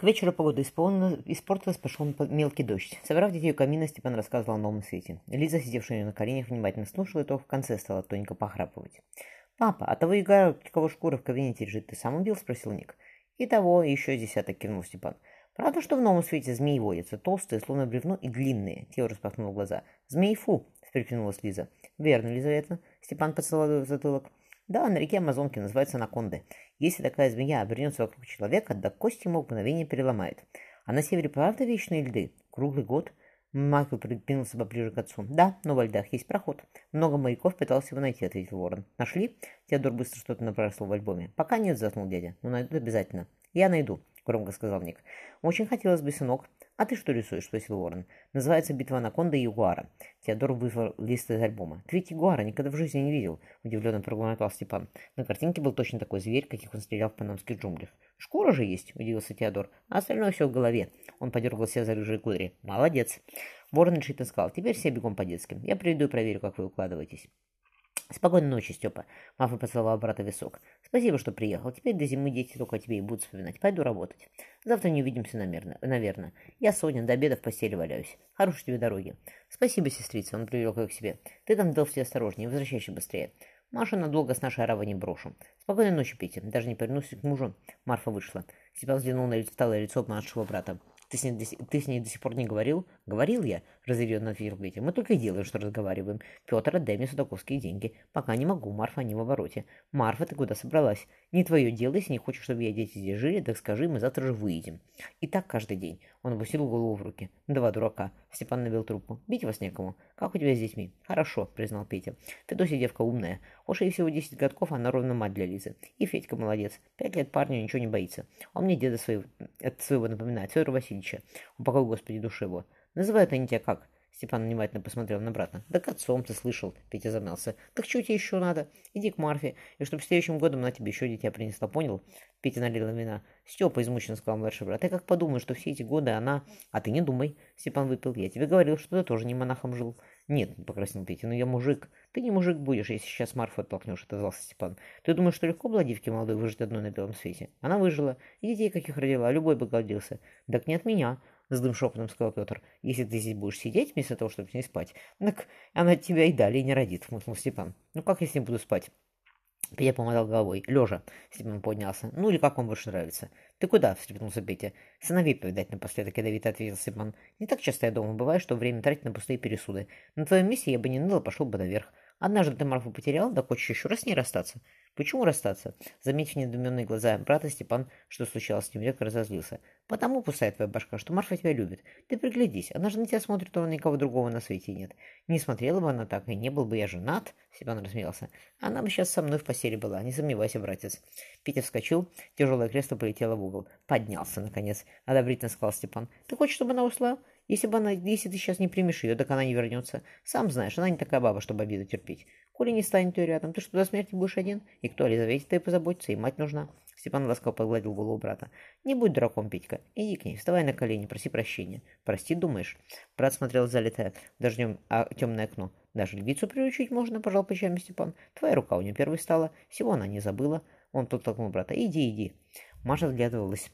К вечеру погода испортилась, пошел мелкий дождь. Собрав детей у камина, Степан рассказывал о новом свете. Лиза, сидевшая у него на коленях, внимательно слушала, и только в конце стала тоненько похрапывать. «Папа, а того Егора, кого шкура в кабинете лежит, ты сам убил?» — спросил Ник. «И того, и еще десяток», — кивнул Степан. «Правда, что в новом свете змеи водятся, толстые, словно бревно, и длинные?» Тео распахнул глаза. «Змей, фу!» — встрепенулась Лиза. «Верно, Лизавета?» — Степан поцеловал ее в затылок. «Да, на реке Амазонки, называется Анаконды. Если такая змея обернется вокруг человека, да кости ему в мгновение переломает. А на севере правда вечные льды? Круглый год?» Майкл придвинулся поближе к отцу. «Да, но во льдах есть проход. Много моряков пытался его найти», — ответил Ворон. «Нашли?» Теодор быстро что-то набросил в альбоме. «Пока нет», — заснул дядя. «Но найдут обязательно». «Я найду», — громко сказал Ник. «Очень хотелось бы, сынок». «А ты что рисуешь?» — спросил Ворон. «Называется «Битва анаконды и ягуара». Теодор вызвал лист из альбома. «Ты ведь ягуара никогда в жизни не видел», — удивленно пробормотал Степан. На картинке был точно такой зверь, каких он стрелял в панамских джунглях. «Шкура же есть», — удивился Теодор. «А остальное все в голове». Он подергал себя за рыжие кудри. «Молодец». Ворон решительно сказал. «Теперь все бегом по детским. Я приду и проверю, как вы укладываетесь». «Спокойной ночи, Степа», — Мафа поцеловала брата в висок. «Спасибо, что приехал. Теперь до зимы дети только о тебе и будут вспоминать. Пойду работать. Завтра не увидимся, наверное. Я, Соня, до обеда в постели валяюсь. Хорошей тебе дороги». «Спасибо, сестрица», — он привел ее к себе. «Ты там, Делфти, осторожнее, возвращайся быстрее. Машу надолго с нашей оравой не брошу. Спокойной ночи, Петя. Даже не повернусь к мужу». Марфа вышла. Степан взглянул на усталое лицо младшего брата. Ты с ней до сих пор не говорил?» «Говорил я», — разъяренно ответил Петя. «Мы только и делаем, что разговариваем. Петр, отдай мне судаковские деньги. Пока не могу, Марфа, не в обороте». «Марфа, ты куда собралась? Не твое дело, если не хочешь, чтобы я и дети здесь жили, так скажи, мы завтра же выедем». И так каждый день. Он опустил голову в руки. «Два дурака». Степан навел трубку. «Бить вас некому. Как у тебя с детьми?» «Хорошо», — признал Петя. «Федосия девка умная. Уж ей всего 10 годков, она ровно мать для Лизы. И Федька молодец. 5 лет парню ничего не боится. Он мне деда своего напоминает, Федора Васильевича. Упокой, Господи, душе его. Называют они тебя как?» Степан внимательно посмотрел на брата. «Да к отцом ты слышал», — Петя замялся. «Так что тебе еще надо? Иди к Марфе, и чтоб следующим годом она тебе еще дитя принесла, понял?» Петя налила вина. «Степа», — измученно сказал младший брат, — «ты как подумаешь, что все эти годы она...» «А ты не думай», — Степан выпил. «Я тебе говорил, что ты тоже не монахом жил». «Нет», — покраснел Петя, — «но я мужик». «Ты не мужик будешь, если сейчас Марфу оттолкнешь», — отозвался Степан. «Ты думаешь, что легко было девке молодой выжить одной на белом свете? Она выжила, и детей каких родила, любой бы гордился». «Так не от меня», — злым шепотом сказал Петр. «Если ты здесь будешь сидеть вместо того, чтобы с ней спать, так она тебя и далее не родит», — хмыкнул Степан. «Ну как я с ней буду спать?» Петя помотал головой. «Лежа», — Степан поднялся. «Ну или как вам больше нравится?» «Ты куда?» — встрепенулся Петя. «Сыновей повидать напоследок», — ядовито ответил Степан. «Не так часто я дома бываю, что время тратить на пустые пересуды. На твоем месте я бы не ныл, пошел бы наверх. Однажды ты Марфу потерял, да хочешь еще раз с ней расстаться?» «Почему расстаться?» Заметив недоуменные глаза брата, Степан, что случалось с ним, резко разозлился. «Потому, пустая твоя башка, что Марфа тебя любит. Ты приглядись, она же на тебя смотрит, то никого другого на свете нет. Не смотрела бы она так, и не был бы я женат», — Степан рассмеялся. «Она бы сейчас со мной в постели была, не сомневайся, братец». Петя вскочил, тяжелое кресло полетело в угол. «Поднялся, наконец», — одобрительно сказал Степан. «Ты хочешь, чтобы она ушла? Если ты сейчас не примешь ее, так она не вернется. Сам знаешь, она не такая баба, чтобы обиду терпеть. Коли не станет ее рядом, ты что, до смерти будешь один? И кто о Лизавете-то и позаботится, и мать нужна». Степан ласково погладил голову брата. «Не будь дураком, Петька. Иди к ней, вставай на колени, проси прощения». «Прости, думаешь?» Брат смотрел в залитое дождем темное окно. «Даже львицу приручить можно», — пожал плечами Степан. «Твоя рука у нее первой стала. Всего она не забыла». Он подтолкнул брата. «Иди, иди». Маша вглядывалась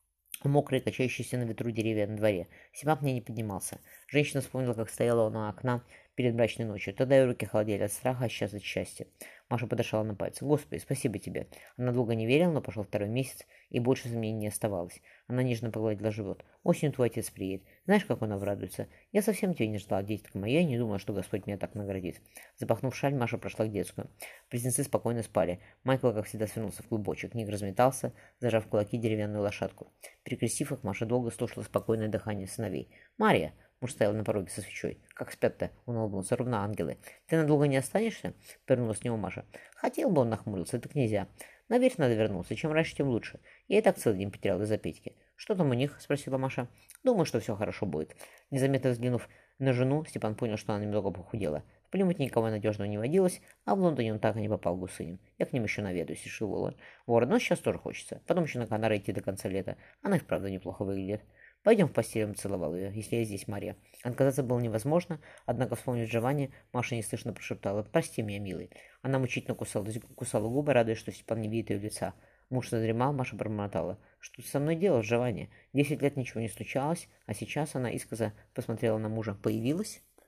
в мокрые, качающиеся на ветру деревья на дворе. Степан к ней не поднимался. Женщина вспомнила, как стояла у окна перед брачной ночью. Тогда ее руки холодели от страха, а сейчас от счастья. Маша подошла на пальцы. «Господи, спасибо тебе». Она долго не верила, но пошел второй месяц, и больше сомнений не оставалось. Она нежно погладила живот. «Осенью твой отец приедет. Знаешь, как он обрадуется? Я совсем тебя не ждала, детка моя, и не думала, что Господь меня так наградит». Запахнув шаль, Маша прошла к детскую. Близнецы спокойно спали. Майкл, как всегда, свернулся в клубочек. Ник разметался, зажав в кулаки деревянную лошадку. Перекрестив их, Маша долго слушала спокойное дыхание сыновей. «Мария!» Муж стоял на пороге со свечой. «Как спят-то?» — он улыбнулся. «Ровно ангелы. Ты надолго не останешься?» — повернулась к нему Маша. «Хотел бы», — он нахмурился. «Так нельзя. Наверх надо вернуться. Чем раньше, тем лучше. Я и так целый день потерял из-за Петьки». «Что там у них?» — спросила Маша. «Думаю, что все хорошо будет». Незаметно взглянув на жену, Степан понял, что она немного похудела. В Плимуте никого надежного не водилось, а в Лондоне он так и не попал гусынем. «Я к ним еще наведаюсь», — решил Ворон. «Но сейчас тоже хочется. Потом еще на Канары идти до конца лета. Она и вправду неплохо выглядит». «Пойдем в постель», — он целовал ее, — «если я здесь, Марья». Отказаться было невозможно, однако, вспомнив Джованни, Маша неслышно прошептала: «Прости меня, милый». Она мучительно кусала губы, радуясь, что Степан не видит ее лица. Муж задремал, Маша бормотала. Что ты со мной делаешь, Джованни? 10 лет ничего не случалось, а сейчас она искоса посмотрела на мужа. Появилась?